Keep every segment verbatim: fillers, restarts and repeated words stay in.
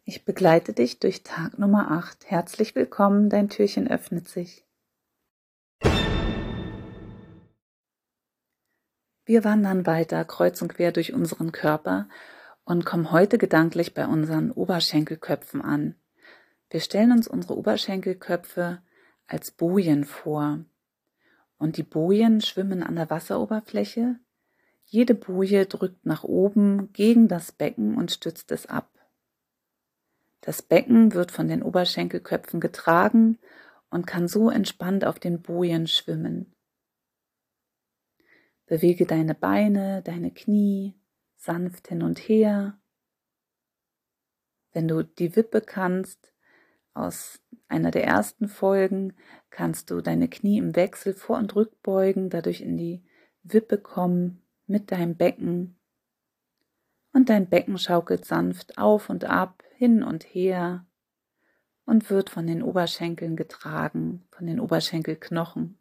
Ich begleite dich durch Tag Nummer acht. Herzlich willkommen, dein Türchen öffnet sich. Wir wandern weiter kreuz und quer durch unseren Körper und kommen heute gedanklich bei unseren Oberschenkelköpfen an. Wir stellen uns unsere Oberschenkelköpfe als Bojen vor. Und die Bojen schwimmen an der Wasseroberfläche. Jede Boje drückt nach oben gegen das Becken und stützt es ab. Das Becken wird von den Oberschenkelköpfen getragen und kann so entspannt auf den Bojen schwimmen. Bewege deine Beine, deine Knie sanft hin und her. Wenn du die Wippe kannst, aus einer der ersten Folgen, kannst du deine Knie im Wechsel vor- und rückbeugen, dadurch in die Wippe kommen mit deinem Becken. Und dein Becken schaukelt sanft auf und ab, hin und her und wird von den Oberschenkeln getragen, von den Oberschenkelknochen.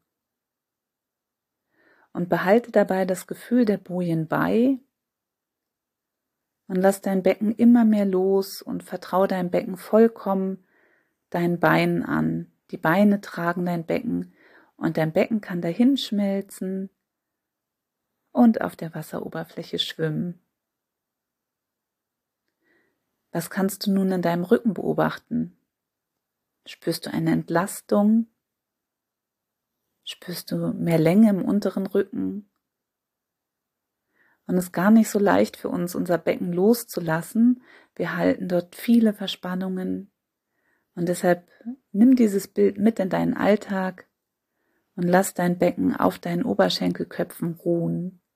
Und behalte dabei das Gefühl der Bojen bei und lass dein Becken immer mehr los und vertraue deinem Becken vollkommen deinen Beinen an. Die Beine tragen dein Becken und dein Becken kann dahin schmelzen und auf der Wasseroberfläche schwimmen. Was kannst du nun in deinem Rücken beobachten? Spürst du eine Entlastung? Spürst du mehr Länge im unteren Rücken? Und es ist gar nicht so leicht für uns, unser Becken loszulassen. Wir halten dort viele Verspannungen. Und deshalb nimm dieses Bild mit in deinen Alltag und lass dein Becken auf deinen Oberschenkelköpfen ruhen.